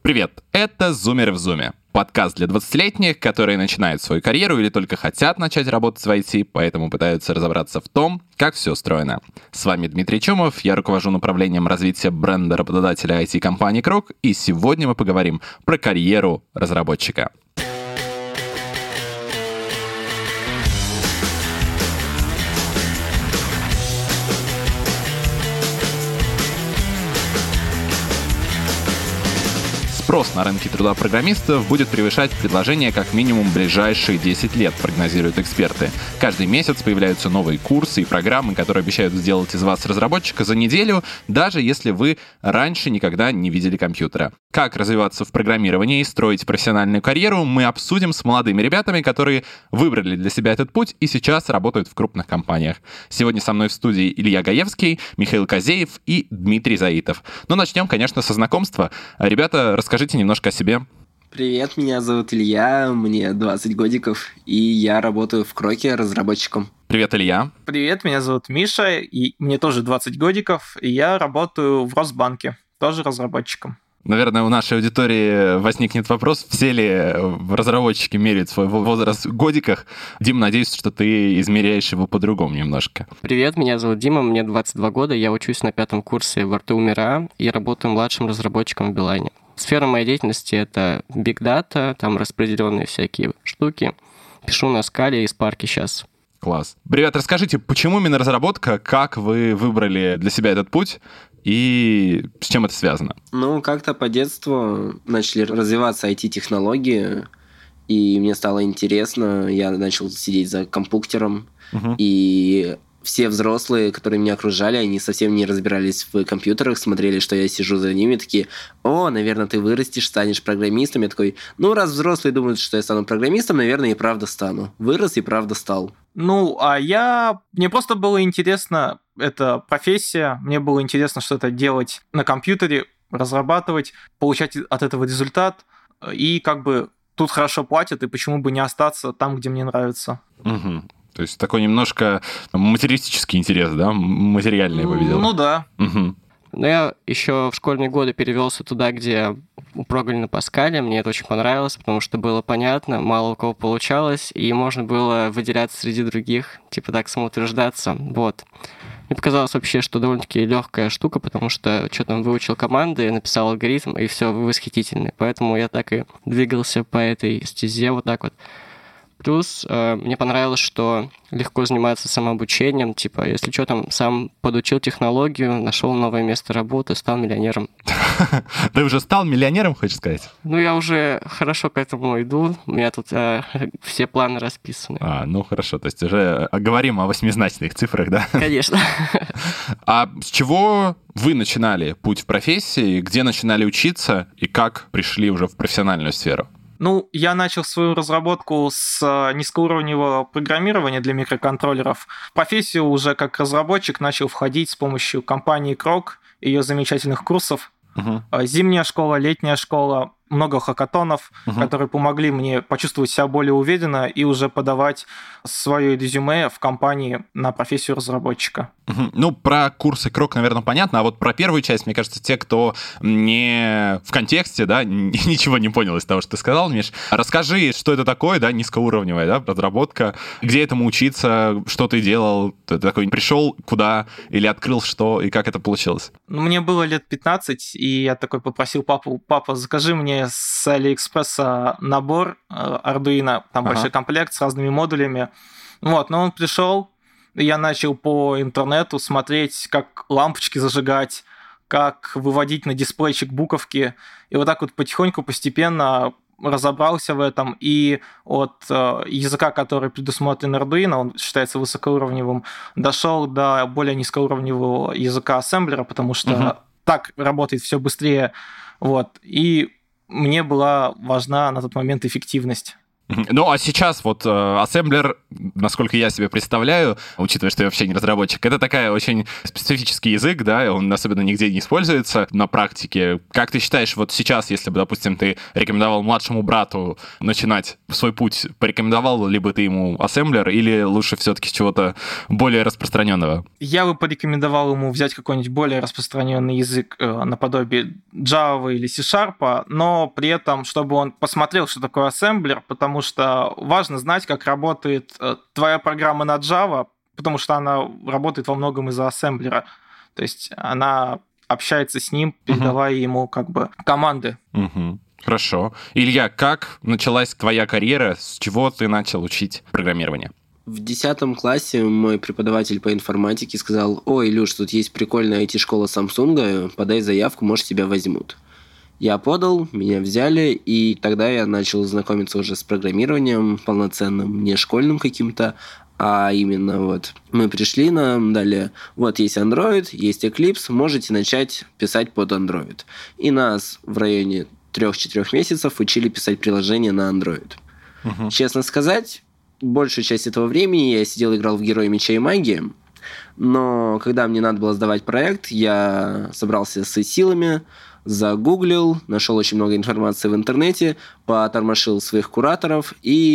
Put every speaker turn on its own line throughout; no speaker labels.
Привет, это «Зумеры в Зуме». Подкаст для 20-летних, которые начинают свою карьеру или только хотят начать работать в IT, поэтому пытаются разобраться в том, как все устроено. С вами Дмитрий Чумов, я руковожу направлением развития бренда работодателя IT-компании Крок, и сегодня мы поговорим про карьеру разработчика. Спрос на рынке труда программистов будет превышать предложение как минимум ближайшие 10 лет, прогнозируют эксперты. Каждый месяц появляются новые курсы и программы, которые обещают сделать из вас разработчика за неделю, даже если вы раньше никогда не видели компьютера. Как развиваться в программировании и строить профессиональную карьеру, мы обсудим с молодыми ребятами, которые выбрали для себя этот путь и сейчас работают в крупных компаниях. Сегодня со мной в студии Илья Гаевский, Михаил Козеев и Дмитрий Заитов. Но начнем, конечно, со знакомства. Ребята, расскажите немножко о себе.
Привет, меня зовут Илья, мне 20 годиков, и я работаю в Кроке разработчиком.
Привет, Илья.
Привет, меня зовут Миша, и мне тоже 20 годиков, и я работаю в Росбанке, тоже разработчиком.
Наверное, у нашей аудитории возникнет вопрос, все ли разработчики меряют свой возраст в годиках. Дим, надеюсь, что ты измеряешь его по-другому немножко.
Привет, меня зовут Дима, мне 22 года, я учусь на 5 курсе в РТУ МИРА и работаю младшим разработчиком в Билайне. Сфера моей деятельности — это Big Data, там распределенные всякие штуки. Пишу на Scala и Spark сейчас.
Класс. Ребят, расскажите, почему именно разработка, как вы выбрали для себя этот путь и с чем это связано?
Как-то по детству начали развиваться IT-технологии, и мне стало интересно, я начал сидеть за компьютером, и все взрослые, которые меня окружали, они совсем не разбирались в компьютерах, смотрели, что я сижу за ними, такие: «О, наверное, ты вырастешь, станешь программистом». Я такой: раз взрослые думают, что я стану программистом, наверное, и правда стану. Вырос и правда стал.
Мне просто было интересно, эта профессия, мне было интересно что-то делать на компьютере, разрабатывать, получать от этого результат, и тут хорошо платят, и почему бы не остаться там, где мне нравится.
Угу. То есть такой немножко материалистический интерес, да? Материальный его видел.
Да.
Угу.
Но я еще в школьные годы перевелся туда, где прогали на Паскале. Мне это очень понравилось, потому что было понятно, мало у кого получалось, и можно было выделяться среди других, так самоутверждаться. Вот. Мне показалось вообще, что довольно-таки легкая штука, потому что что там выучил команды, написал алгоритм, и все, вы восхитительны. Поэтому я так и двигался по этой стезе вот так вот. Плюс мне понравилось, что легко заниматься самообучением. Если что, там сам подучил технологию, нашел новое место работы, стал миллионером.
Ты уже стал миллионером, хочешь сказать?
Я уже хорошо к этому иду. У меня тут все планы расписаны.
Хорошо. То есть уже говорим о 8-значных цифрах, да?
Конечно.
А с чего вы начинали путь в профессии, где начинали учиться и как пришли уже в профессиональную сферу?
Я начал свою разработку с низкоуровневого программирования для микроконтроллеров. В профессию уже как разработчик начал входить с помощью компании Крок, ее замечательных курсов. Зимняя школа, летняя школа, много хакатонов, которые помогли мне почувствовать себя более уверенно и уже подавать свое резюме в компании на профессию разработчика.
Про курсы Крок, наверное, понятно, а вот про первую часть, мне кажется, те, кто не в контексте, да, ничего не понял из того, что ты сказал, Миш. Расскажи, что это такое, да, низкоуровневая, да, разработка, где этому учиться, что ты делал, ты такой пришел куда или открыл что, и как это получилось?
Мне было лет 15, и я такой попросил папу: папа, закажи мне с Алиэкспресса набор Arduino, там большой комплект с разными модулями. Но он пришел, и я начал по интернету смотреть, как лампочки зажигать, как выводить на дисплейчик буковки. И вот так вот потихоньку, постепенно разобрался в этом. И от языка, который предусмотрен Arduino, он считается высокоуровневым, дошел до более низкоуровневого языка ассемблера, потому что так работает все быстрее. И мне была важна на тот момент эффективность.
Ну, а сейчас вот ассемблер, насколько я себе представляю, учитывая, что я вообще не разработчик, это такая очень специфический язык, да, он особенно нигде не используется на практике. Как ты считаешь, вот сейчас, если бы, допустим, ты рекомендовал младшему брату начинать свой путь, порекомендовал ли бы ты ему ассемблер или лучше все-таки с чего-то более распространенного?
Я бы порекомендовал ему взять какой-нибудь более распространенный язык наподобие Java или C-Sharp, но при этом, чтобы он посмотрел, что такое ассемблер, потому что важно знать, как работает твоя программа на Java, потому что она работает во многом из-за ассемблера. То есть она общается с ним, передавая ему как бы команды.
Хорошо. Илья, как началась твоя карьера? С чего ты начал учить программирование?
В 10 классе мой преподаватель по информатике сказал: «Ой, Илюш, тут есть прикольная IT-школа Samsung, подай заявку, может, тебя возьмут». Я подал, меня взяли, и тогда я начал знакомиться уже с программированием полноценным, не школьным каким-то, а именно вот мы пришли, нам дали, вот есть Android, есть Eclipse, можете начать писать под Android. И нас в районе 3-4 месяцев учили писать приложения на Android. Честно сказать, большую часть этого времени я сидел и играл в Героя Меча и Магии, но когда мне надо было сдавать проект, я собрался с силами, загуглил, нашел очень много информации в интернете, потормошил своих кураторов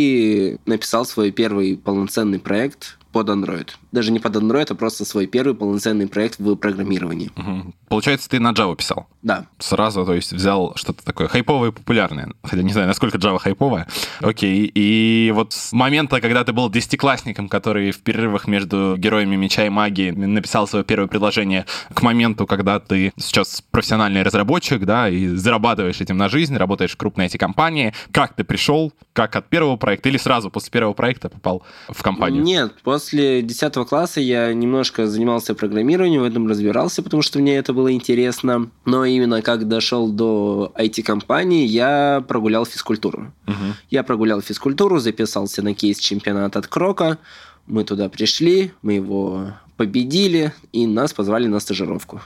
и написал свой первый полноценный проект под Android. Даже не под Android, а просто свой первый полноценный проект в программировании.
Получается, ты на Java писал?
Да.
Сразу, то есть, взял что-то такое хайповое и популярное. Хотя не знаю, насколько Java хайповая. Окей. И вот с момента, когда ты был 10-классником, который в перерывах между Героями Меча и Магии написал свое первое предложение, к моменту, когда ты сейчас профессиональный разработчик, да, и зарабатываешь этим на жизнь, работаешь в крупной IT-компании, как ты пришел? Как от первого проекта или сразу после первого проекта попал в компанию?
Нет, после 10 класса я немножко занимался программированием, в этом разбирался, потому что мне это было интересно. Но именно как дошел до IT-компании, я прогулял физкультуру. Я прогулял физкультуру, записался на кейс-чемпионат от Крока. Мы туда пришли, мы его победили, и нас позвали на стажировку.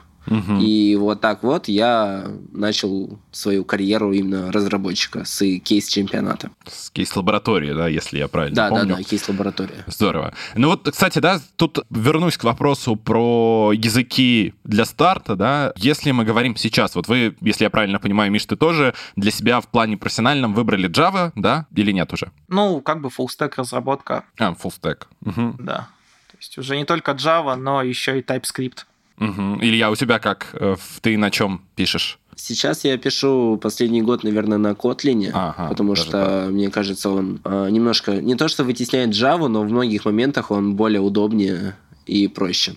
И вот так вот я начал свою карьеру именно разработчика с кейс-чемпионата.
С кейс-лаборатории, да, если я правильно помню.
Да, кейс-лаборатория.
Здорово. Ну вот, кстати, да, тут вернусь к вопросу про языки для старта, да. Если мы говорим сейчас, вот вы, если я правильно понимаю, Миш, ты тоже для себя в плане профессиональном выбрали Java, да, или нет уже?
Ну, как бы full-stack разработка.
Full-stack.
Да. То есть уже не только Java, но еще и TypeScript.
Илья, у тебя как? Ты на чем пишешь?
Сейчас я пишу последний год, наверное, на Kotlin, потому что, так, мне кажется, он немножко, не то что вытесняет Java, но в многих моментах он более удобнее и проще.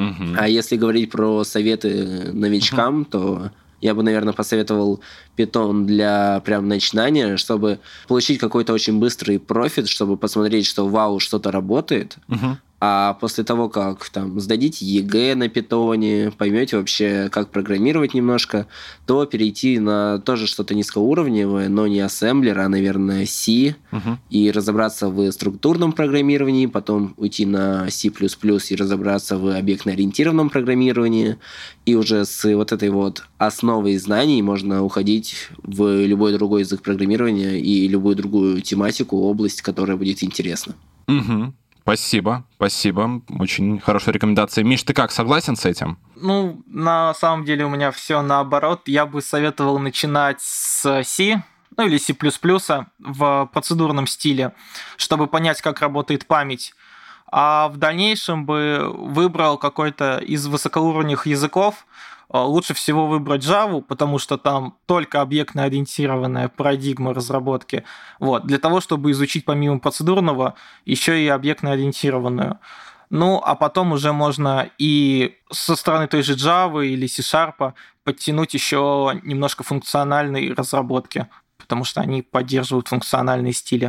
А если говорить про советы новичкам, то я бы, наверное, посоветовал Python для прям начинания, чтобы получить какой-то очень быстрый профит, чтобы посмотреть, что вау, что-то работает. А после того, как там сдадите ЕГЭ на питоне, поймете вообще, как программировать немножко, то перейти на тоже что-то низкоуровневое, но не ассемблер, а, наверное, C, и разобраться в структурном программировании, потом уйти на C++ и разобраться в объектно-ориентированном программировании, и уже с вот этой вот основой знаний можно уходить в любой другой язык программирования и любую другую тематику, область, которая будет интересна.
Спасибо. Очень хорошая рекомендация. Миш, ты как, согласен с этим?
Ну, на самом деле у меня все наоборот. Я бы советовал начинать с C, ну или C++ в процедурном стиле, чтобы понять, как работает память. А в дальнейшем бы выбрал какой-то из высокоуровневых языков. Лучше всего выбрать Java, потому что там только объектно-ориентированная парадигма разработки. Вот. Для того, чтобы изучить помимо процедурного еще и объектно-ориентированную. Ну, а потом уже можно и со стороны той же Java или C-Sharp подтянуть еще немножко функциональной разработки, потому что они поддерживают функциональные стили.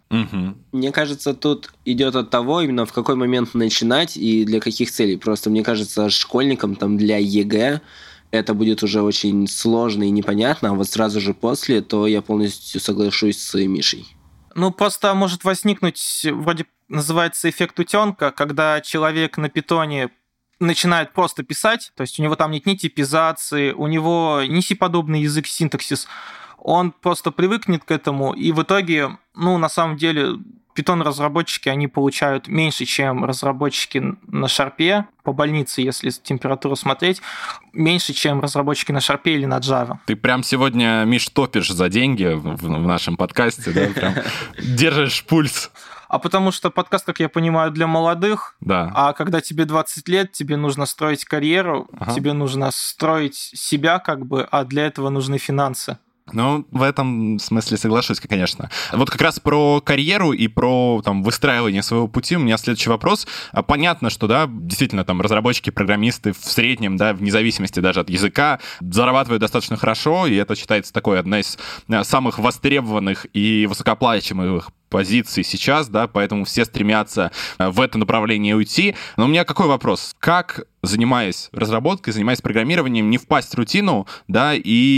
Мне кажется, тут идет от того, именно в какой момент начинать и для каких целей. Просто мне кажется, школьникам там для ЕГЭ это будет уже очень сложно и непонятно, а вот сразу же после, то я полностью соглашусь с Мишей.
Ну, просто может возникнуть, вроде называется эффект утенка, когда человек на питоне начинает просто писать, то есть у него там нет ни типизации, у него ни C-подобный язык, синтаксис, он просто привыкнет к этому, и в итоге, на самом деле, Python-разработчики, они получают меньше, чем разработчики на Sharp, по больнице, если температуру смотреть, меньше, чем разработчики на Sharp или на Java.
Ты прям сегодня, Миш, топишь за деньги в нашем подкасте, да? Прям держишь пульс.
А потому что подкаст, как я понимаю, для молодых,
да.
А когда тебе 20 лет, тебе нужно строить карьеру, тебе нужно строить себя, а для этого нужны финансы.
Ну, в этом смысле соглашусь, конечно. Вот как раз про карьеру и про выстраивание своего пути у меня следующий вопрос. Понятно, что, да, действительно, разработчики, программисты в среднем, да, вне зависимости даже от языка, зарабатывают достаточно хорошо, и это считается такой одна из самых востребованных и высокооплачиваемых позиций сейчас, да, поэтому все стремятся в это направление уйти. Но у меня какой вопрос? Как, занимаясь разработкой, занимаясь программированием, не впасть в рутину, да,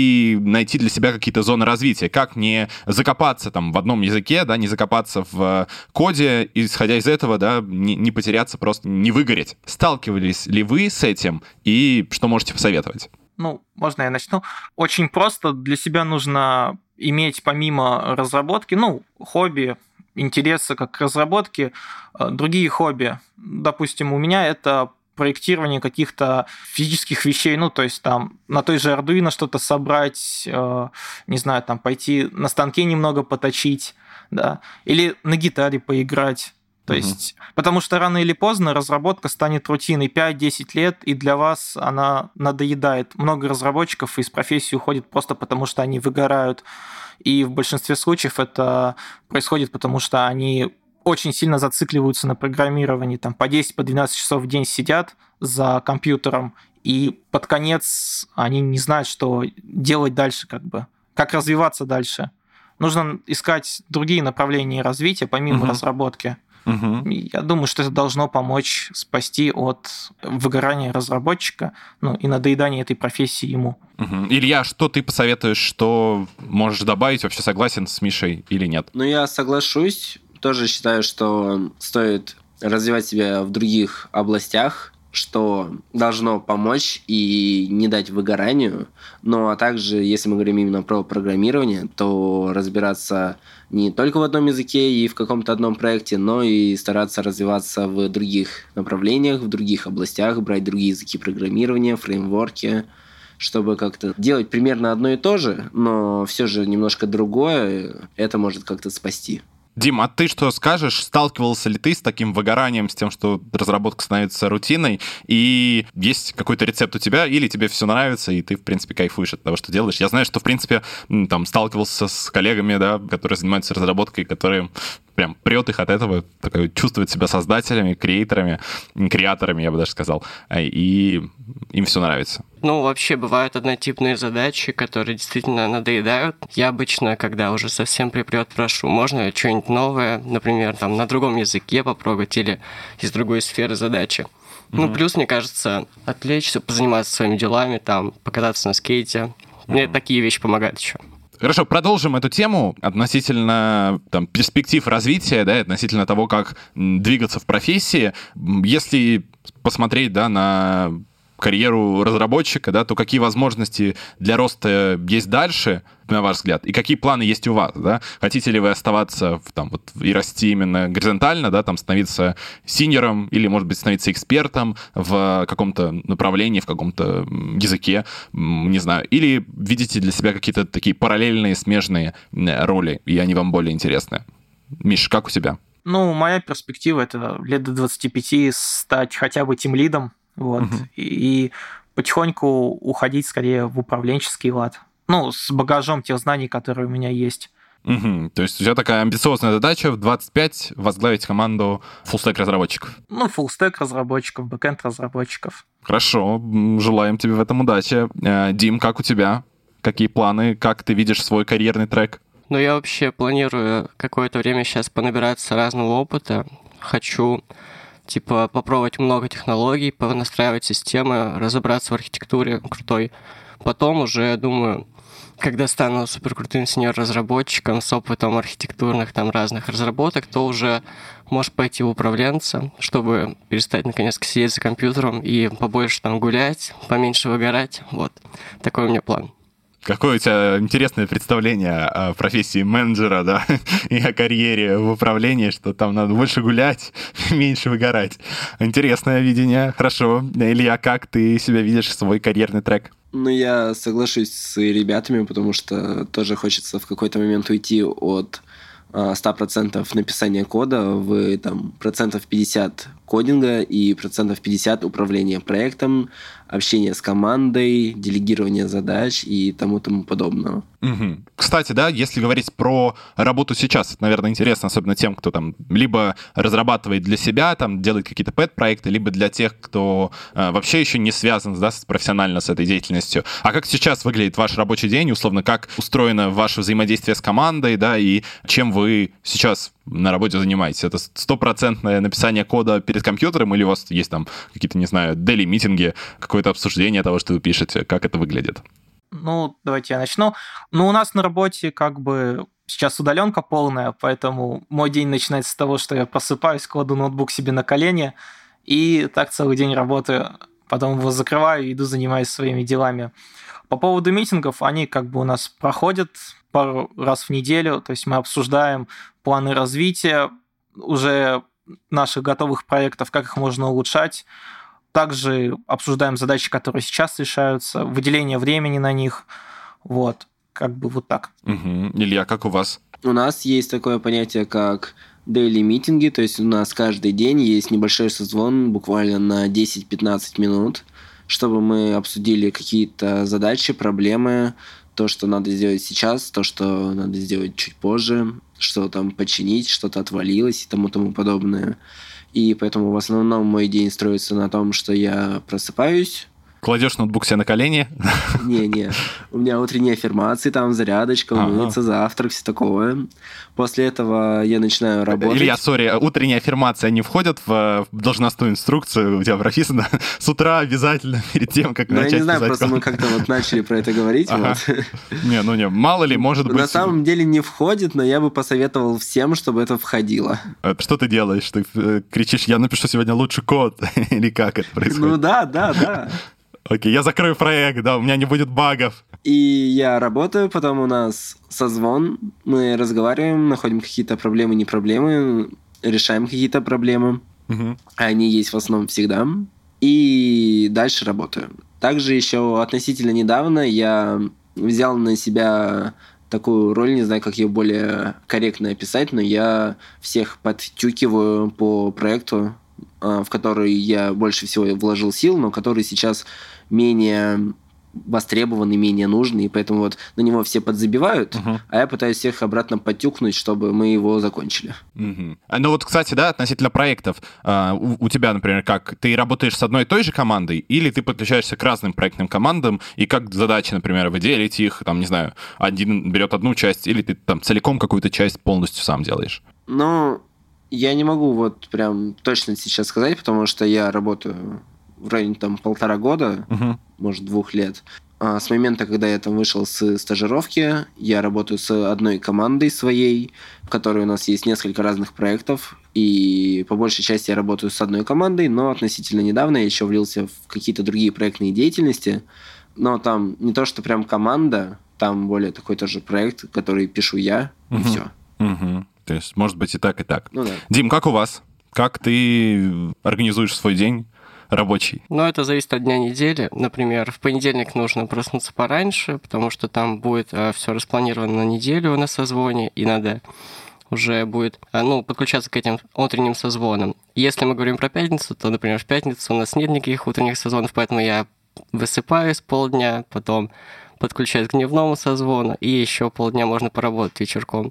и найти для себя какие-то зоны развития? Как не закопаться в одном языке, да, не закопаться в коде, и, исходя из этого, да, не потеряться, просто не выгореть? Сталкивались ли вы с этим, и что можете посоветовать?
Можно я начну? Очень просто. Для себя нужно иметь помимо разработки, хобби, интересы как к разработке, другие хобби. Допустим, у меня это проектирование каких-то физических вещей, то есть на той же Arduino что-то собрать, не знаю, пойти на станке немного поточить, да, или на гитаре поиграть. То есть, потому что рано или поздно разработка станет рутиной 5-10 лет, и для вас она надоедает. Много разработчиков из профессии уходит просто потому, что они выгорают. И в большинстве случаев это происходит потому, что они очень сильно зацикливаются на программировании. По 10-12 часов в день сидят за компьютером, и под конец они не знают, что делать дальше, как развиваться дальше. Нужно искать другие направления развития, помимо разработки. Я думаю, что это должно помочь спасти от выгорания разработчика, и надоедания этой профессии ему.
Илья, что ты посоветуешь, что можешь добавить? Вообще согласен с Мишей или нет?
Я соглашусь. Тоже считаю, что стоит развивать себя в других областях, что должно помочь и не дать выгоранию. А также, если мы говорим именно про программирование, то разбираться не только в одном языке и в каком-то одном проекте, но и стараться развиваться в других направлениях, в других областях, брать другие языки программирования, фреймворки, чтобы как-то делать примерно одно и то же, но все же немножко другое, это может как-то спасти.
Дим, а ты что скажешь? Сталкивался ли ты с таким выгоранием, с тем, что разработка становится рутиной? И есть какой-то рецепт у тебя? Или тебе все нравится, и ты, в принципе, кайфуешь от того, что делаешь? Я знаю, что, в принципе, сталкивался с коллегами, да, которые занимаются разработкой, которые прям прет их от этого, чувствуют себя создателями, креаторами, я бы даже сказал, и им все нравится.
Вообще бывают однотипные задачи, которые действительно надоедают. Я обычно, когда уже совсем припрет, прошу, можно что-нибудь новое, например, на другом языке попробовать или из другой сферы задачи. Плюс, мне кажется, отвлечься, позаниматься своими делами, покататься на скейте. Мне такие вещи помогают еще.
Хорошо, продолжим эту тему относительно перспектив развития, да, относительно того, как двигаться в профессии. Если посмотреть, да, на карьеру разработчика, да, то какие возможности для роста есть дальше, на ваш взгляд, и какие планы есть у вас, да? Хотите ли вы оставаться и расти именно горизонтально, да, становиться синьором или, может быть, становиться экспертом в каком-то направлении, в каком-то языке, не знаю, или видите для себя какие-то такие параллельные, смежные роли, и они вам более интересны? Миш, как у тебя?
Моя перспектива — это лет до 25 стать хотя бы тимлидом, и потихоньку уходить скорее в управленческий лад. С багажом тех знаний, которые у меня есть.
То есть у тебя такая амбициозная задача в 25 возглавить команду фуллстек-разработчиков?
Фуллстек-разработчиков, бэкэнд-разработчиков.
Хорошо, желаем тебе в этом удачи. Дим, как у тебя? Какие планы? Как ты видишь свой карьерный трек?
Я вообще планирую какое-то время сейчас понабираться разного опыта. Хочу попробовать много технологий, понастраивать системы, разобраться в архитектуре крутой. Потом уже, думаю, когда стану суперкрутым сеньор-разработчиком с опытом архитектурных разных разработок, то уже можешь пойти в управленца, чтобы перестать наконец сидеть за компьютером и побольше гулять, поменьше выгорать. Такой у меня план.
Какое у тебя интересное представление о профессии менеджера, да, и о карьере в управлении, что там надо больше гулять, меньше выгорать. Интересное видение. Хорошо. Илья, как ты себя видишь, свой карьерный трек?
Ну, я соглашусь с ребятами, потому что тоже хочется в какой-то момент уйти от 100% написания кода в там, 50% кодинга и 50% управления проектом, общение с командой, делегирование задач и тому подобного.
Угу. Кстати, да, если говорить про работу сейчас, это, наверное, интересно, особенно тем, кто там либо разрабатывает для себя, там делает какие-то пэт-проекты, либо для тех, кто вообще еще не связан, да, профессионально с этой деятельностью. А как сейчас выглядит ваш рабочий день, условно, как устроено ваше взаимодействие с командой, да, и чем вы сейчас на работе занимаетесь? Это 100% написание кода перед компьютером или у вас есть там какие-то, не знаю, дейли-митинги, какое-то обсуждение того, что вы пишете? Как это выглядит?
Ну, давайте я начну. Ну, у нас на работе как бы сейчас удаленка полная, поэтому мой день начинается с того, что я просыпаюсь, кладу ноутбук себе на колени и так целый день работаю. Потом его закрываю и иду занимаюсь своими делами. По поводу митингов, они как бы у нас проходят пару раз в неделю, то есть мы обсуждаем планы развития уже наших готовых проектов, как их можно улучшать. Также обсуждаем задачи, которые сейчас решаются, выделение времени на них. Вот, как бы вот так.
Угу. Илья, как у вас?
У нас есть такое понятие, как daily митинги, то есть у нас каждый день есть небольшой созвон, буквально на 10-15 минут, чтобы мы обсудили какие-то задачи, проблемы, то, что надо сделать сейчас, то, что надо сделать чуть позже, что там починить, что-то отвалилось и тому подобное. И поэтому в основном мой день строится на том, что я просыпаюсь.
Кладешь ноутбук себе на колени?
Не-не. У меня утренние аффирмации, там зарядочка, умыться, завтрак, все такое. После этого я начинаю работать.
Илья, сори, утренние аффирмации, они входят в должностную инструкцию? У тебя прописано с утра обязательно, перед тем, как начать
я не знаю,
писать
просто
код.
мы как-то вот начали про это говорить.
Ага. Не, мало ли, может быть...
На самом деле не входит, но я бы посоветовал всем, чтобы это входило.
Что ты делаешь? Ты кричишь, я напишу сегодня лучший код? Или как это происходит?
Ну да.
Окей, я закрою проект, да, у меня не будет багов.
И я работаю, потом у нас созвон, мы разговариваем, находим какие-то проблемы, не проблемы, решаем какие-то проблемы.
Угу.
Они есть в основном всегда. И дальше работаю. Также еще относительно недавно я взял на себя такую роль, не знаю, как ее более корректно описать, но я всех подтюкиваю по проекту, в который я больше всего вложил сил, но который сейчас менее востребованный, менее нужный, и поэтому вот на него все подзабивают, а я пытаюсь всех обратно подтюкнуть, чтобы мы его закончили.
Ну вот, кстати, да, относительно проектов, у тебя, например, как, ты работаешь с одной и той же командой, или ты подключаешься к разным проектным командам, и как задачи, например, вы делите их, там, не знаю, один берет одну часть, или ты там целиком какую-то часть полностью сам делаешь?
Ну, я не могу вот прям точно сейчас сказать, потому что я работаю в районе там 1,5 года, может 2 лет. С момента, когда я там вышел с стажировки, я работаю с одной командой своей, в которой у нас есть несколько разных проектов, и по большей части я работаю с одной командой, но относительно недавно я еще влился в какие-то другие проектные деятельности, но там не то, что прям команда, там более такой тоже проект, который пишу я, и все.
То есть, может быть, и так, и так.
Ну да.
Дим, как у вас? Как ты организуешь свой день рабочий?
Ну, это зависит от дня недели. Например, в понедельник нужно проснуться пораньше, потому что там будет все распланировано на неделю на созвоне, и надо уже будет подключаться к этим утренним созвонам. Если мы говорим про пятницу, то, например, в пятницу у нас нет никаких утренних созвонов, поэтому я высыпаюсь полдня, потом подключаюсь к дневному созвону, и еще полдня можно поработать вечерком.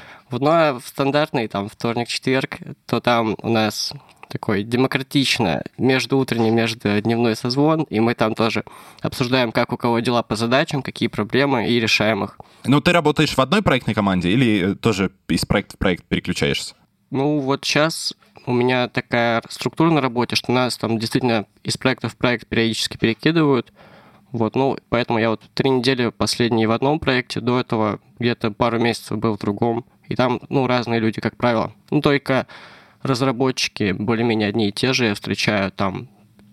В стандартный, там, вторник-четверг, то там у нас такой демократично междуутренний, междудневной созвон, и мы там тоже обсуждаем, как у кого дела по задачам, какие проблемы, и решаем их.
Ну, ты работаешь в одной проектной команде или тоже из проекта в проект переключаешься?
Ну, вот сейчас у меня такая структура на работе, что нас там действительно из проекта в проект периодически перекидывают. Поэтому я 3 недели последние в одном проекте, до этого где-то пару месяцев был в другом. И там, разные люди, как правило. Только разработчики более-менее одни и те же я встречаю там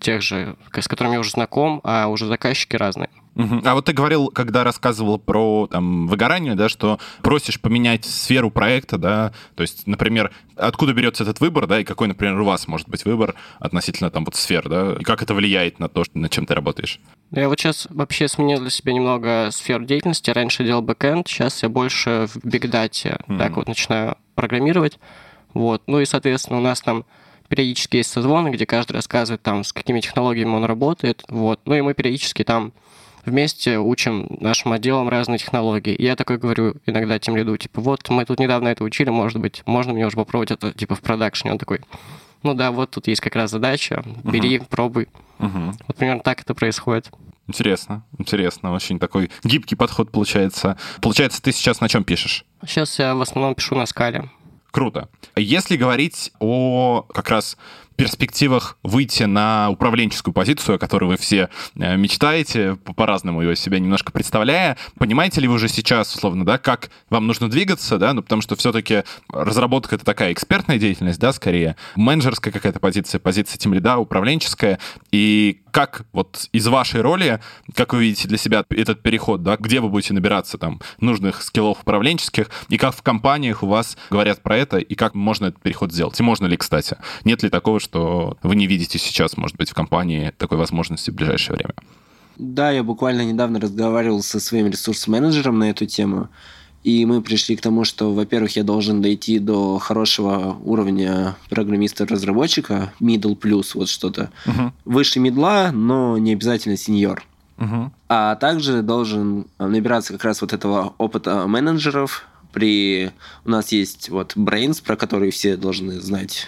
тех же, с которыми я уже знаком, а уже заказчики разные.
А вот ты говорил, когда рассказывал про там, выгорание, да, что просишь поменять сферу проекта, да, то есть, например, откуда берется этот выбор, да, и какой, например, у вас может быть выбор относительно там вот сфер, да, и как это влияет на то, над чем ты работаешь?
Я вот сейчас вообще сменил для себя немного сферу деятельности. Раньше делал бэкэнд, сейчас я больше в бигдате так вот начинаю программировать. Вот. Ну и, соответственно, у нас там периодически есть созвоны, где каждый рассказывает там, с какими технологиями он работает. Вот. Ну и мы периодически там вместе учим нашим отделам разные технологии. И я такой говорю иногда тимлиду, типа, вот мы тут недавно это учили, может быть, можно мне уже попробовать это типа в продакшене. Он такой, ну да, вот тут есть как раз задача, бери, пробуй. Вот примерно так это происходит.
Интересно, очень такой гибкий подход получается. Получается, ты сейчас на чем пишешь?
Сейчас я в основном пишу на скале.
Круто. Если говорить о как раз перспективах выйти на управленческую позицию, о которой вы все мечтаете, по-разному ее себя немножко представляя, понимаете ли вы уже сейчас, условно, да, как вам нужно двигаться, да, ну, потому что все-таки разработка — это такая экспертная деятельность, да, скорее, менеджерская какая-то позиция тимлида, управленческая, и как вот из вашей роли, как вы видите для себя этот переход, да, где вы будете набираться там нужных скиллов управленческих, и как в компаниях у вас говорят про это, и как можно этот переход сделать, и можно ли, кстати, нет ли такого, что вы не видите сейчас, может быть, в компании такой возможности в ближайшее время?
Да, я буквально недавно разговаривал со своим ресурс-менеджером на эту тему, и мы пришли к тому, что, во-первых, я должен дойти до хорошего уровня программиста-разработчика, middle плюс, вот что-то. Выше мидла, но не обязательно сеньор. А также должен набираться как раз вот этого опыта менеджеров. У нас есть вот Brains, про который все должны знать.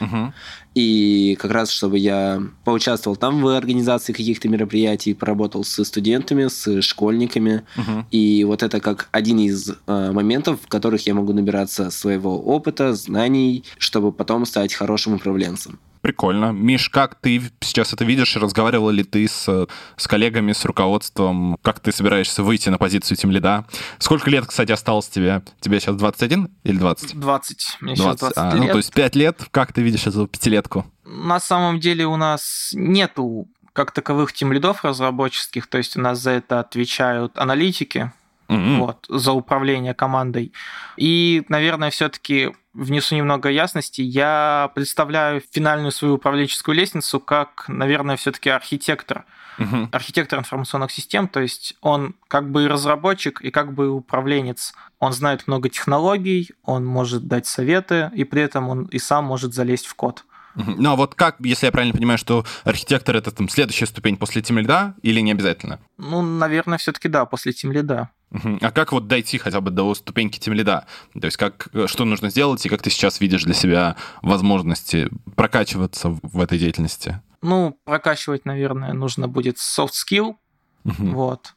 И как раз, чтобы я поучаствовал там в организации каких-то мероприятий, поработал со студентами, с школьниками. И вот это как один из моментов, в которых я могу набираться своего опыта, знаний, чтобы потом стать хорошим управленцем.
Прикольно. Миш, как ты сейчас это видишь? Разговаривал ли ты с коллегами, с руководством? Как ты собираешься выйти на позицию тимлида? Сколько лет, кстати, осталось тебе? Тебе сейчас 21 или 20?
20. Мне сейчас 20 лет.
Ну, то есть 5 лет. Как ты видишь эту пятилетку?
На самом деле у нас нету как таковых тимлидов разработческих, то есть у нас за это отвечают аналитики, вот, за управление командой. И, наверное, все-таки внесу немного ясности. Я представляю финальную свою управленческую лестницу как, наверное, все-таки архитектор. Архитектор информационных систем, то есть он как бы и разработчик, и как бы и управленец. Он знает много технологий, он может дать советы, и при этом он и сам может залезть в код.
Ну а вот как, если я правильно понимаю, что архитектор — это там следующая ступень после тимлида или не обязательно?
Ну, наверное, все-таки да, после тимлида.
А как вот дойти хотя бы до ступеньки тимлида? То есть что нужно сделать, и как ты сейчас видишь для себя возможности прокачиваться в этой деятельности?
Ну, прокачивать, наверное, нужно будет soft skill, вот,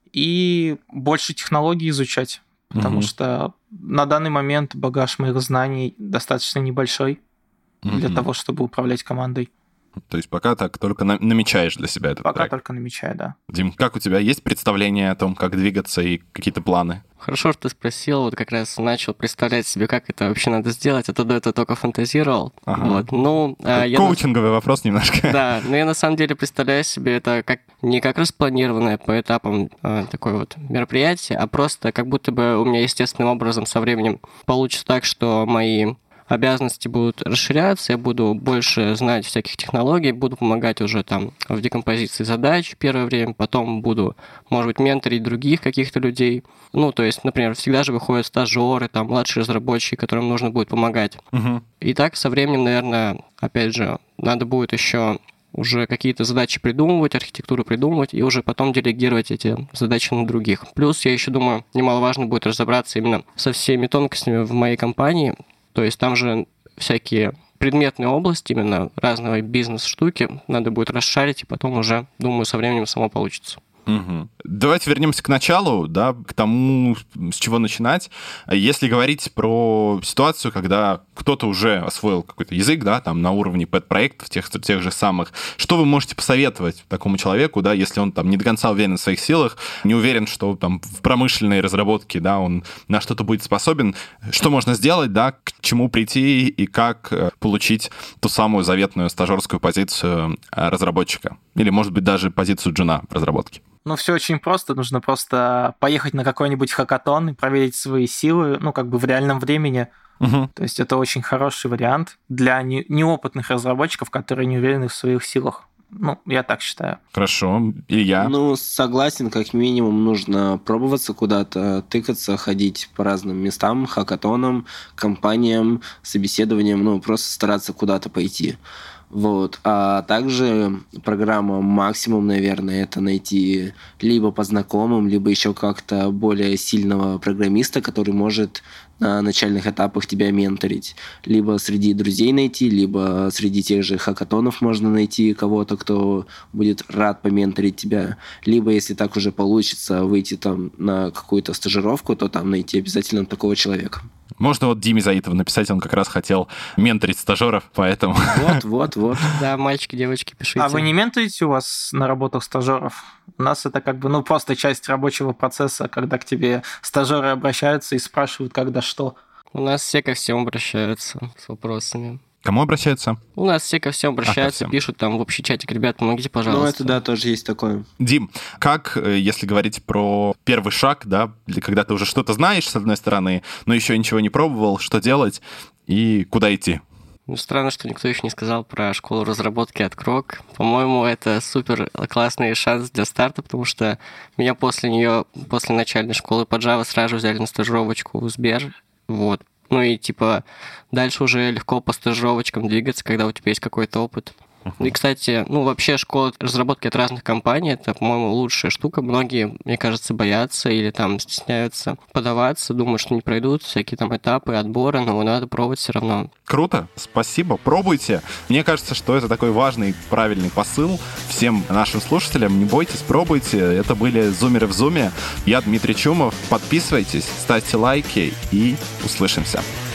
и больше технологий изучать, потому что на данный момент багаж моих знаний достаточно небольшой для того, чтобы управлять командой.
То есть пока так только намечаешь для себя этот
Пока
трек.
только намечаю, да.
Дим, как у тебя есть представление о том, как двигаться и какие-то планы?
Хорошо, что ты спросил, вот как раз начал представлять себе, как это вообще надо сделать, а то до этого только фантазировал. Вот. Ну,
коучинговый вопрос немножко.
Да, но я на самом деле представляю себе это как не как распланированное по этапам такое вот мероприятие, а просто как будто бы у меня естественным образом со временем получится так, что мои обязанности будут расширяться, я буду больше знать всяких технологий, буду помогать уже там в декомпозиции задач первое время, потом буду, может быть, менторить других каких-то людей. Ну, то есть, например, всегда же выходят стажеры, там, младшие разработчики, которым нужно будет помогать. И так со временем, наверное, опять же, надо будет еще уже какие-то задачи придумывать, архитектуру придумывать, и уже потом делегировать эти задачи на других. Плюс, я еще думаю, немаловажно будет разобраться именно со всеми тонкостями в моей компании. То есть там же всякие предметные области, именно разного бизнес-штуки, надо будет расшарить, и потом уже, думаю, со временем само получится.
Давайте вернемся к началу, да, к тому, с чего начинать. Если говорить про ситуацию, когда кто-то уже освоил какой-то язык, да, там на уровне пэт-проектов, тех же самых, что вы можете посоветовать такому человеку, да, если он там не до конца уверен в своих силах, не уверен, что там в промышленной разработке, да, он на что-то будет способен, что можно сделать, да, чему прийти и как получить ту самую заветную стажерскую позицию разработчика? Или, может быть, даже позицию джуна в разработке?
Ну, все очень просто. Нужно просто поехать на какой-нибудь хакатон и проверить свои силы, в реальном времени. То есть это очень хороший вариант для неопытных разработчиков, которые не уверены в своих силах. Я так считаю.
Хорошо. Илья?
Согласен, как минимум нужно пробоваться куда-то, тыкаться, ходить по разным местам, хакатонам, компаниям, собеседованиям, просто стараться куда-то пойти. А также программа максимум, наверное, это найти либо по знакомым, либо еще как-то более сильного программиста, который может на начальных этапах тебя менторить. Либо среди друзей найти, либо среди тех же хакатонов можно найти кого-то, кто будет рад поменторить тебя. Либо, если так уже получится, выйти там на какую-то стажировку, то там найти обязательно такого человека.
Можно Диме Заитову написать, он как раз хотел менторить стажеров, поэтому...
Вот.
Да, мальчики, девочки, пишите.
А вы не менторите у вас на работах стажеров? У нас это просто часть рабочего процесса, когда к тебе стажеры обращаются и спрашивают, когда что.
У нас все ко всем обращаются с вопросами.
Кому обращаются?
У нас все ко всем обращаются, пишут там в общий чатик: ребят, помогите, пожалуйста.
Это тоже есть такое.
Дим, как, если говорить про первый шаг, да, или когда ты уже что-то знаешь, с одной стороны, но еще ничего не пробовал, что делать и куда идти?
Странно, что никто еще не сказал про школу разработки от Крок. По-моему, это супер классный шанс для старта, потому что меня после начальной школы по Java сразу взяли на стажировочку в Сбер. Дальше уже легко по стажировочкам двигаться, когда у тебя есть какой-то опыт. И, кстати, вообще школа разработки от разных компаний — это, по-моему, лучшая штука. Многие, мне кажется, боятся или там стесняются подаваться, думают, что не пройдут всякие там этапы отбора, но надо пробовать все равно.
Круто, спасибо, пробуйте. Мне кажется, что это такой важный, правильный посыл всем нашим слушателям. Не бойтесь, пробуйте. Это были «Зумеры в Зуме». Я Дмитрий Чумов. Подписывайтесь, ставьте лайки и услышимся.